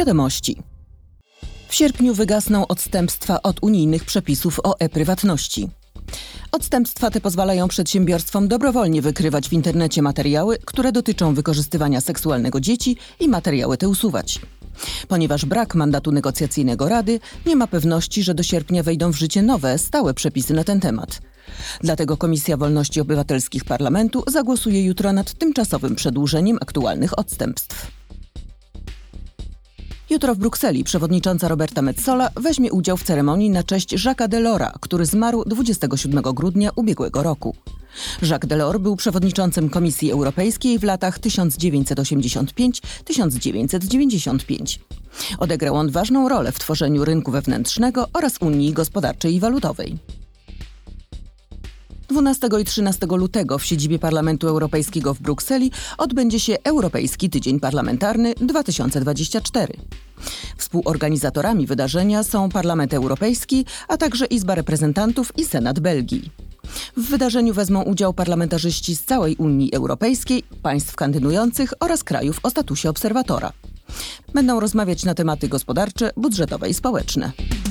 Wiadomości. W sierpniu wygasną odstępstwa od unijnych przepisów o e-prywatności. Odstępstwa te pozwalają przedsiębiorstwom dobrowolnie wykrywać w internecie materiały, które dotyczą wykorzystywania seksualnego dzieci i materiały te usuwać. Ponieważ brak mandatu negocjacyjnego Rady, nie ma pewności, że do sierpnia wejdą w życie nowe, stałe przepisy na ten temat. Dlatego Komisja Wolności Obywatelskich Parlamentu zagłosuje jutro nad tymczasowym przedłużeniem aktualnych odstępstw. Jutro w Brukseli przewodnicząca Roberta Metsola weźmie udział w ceremonii na cześć Jacques'a Delors'a, który zmarł 27 grudnia ubiegłego roku. Jacques Delors był przewodniczącym Komisji Europejskiej w latach 1985-1995. Odegrał on ważną rolę w tworzeniu rynku wewnętrznego oraz Unii Gospodarczej i Walutowej. 12 i 13 lutego w siedzibie Parlamentu Europejskiego w Brukseli odbędzie się Europejski Tydzień Parlamentarny 2024. Współorganizatorami wydarzenia są Parlament Europejski, a także Izba Reprezentantów i Senat Belgii. W wydarzeniu wezmą udział parlamentarzyści z całej Unii Europejskiej, państw kandydujących oraz krajów o statusie obserwatora. Będą rozmawiać na tematy gospodarcze, budżetowe i społeczne.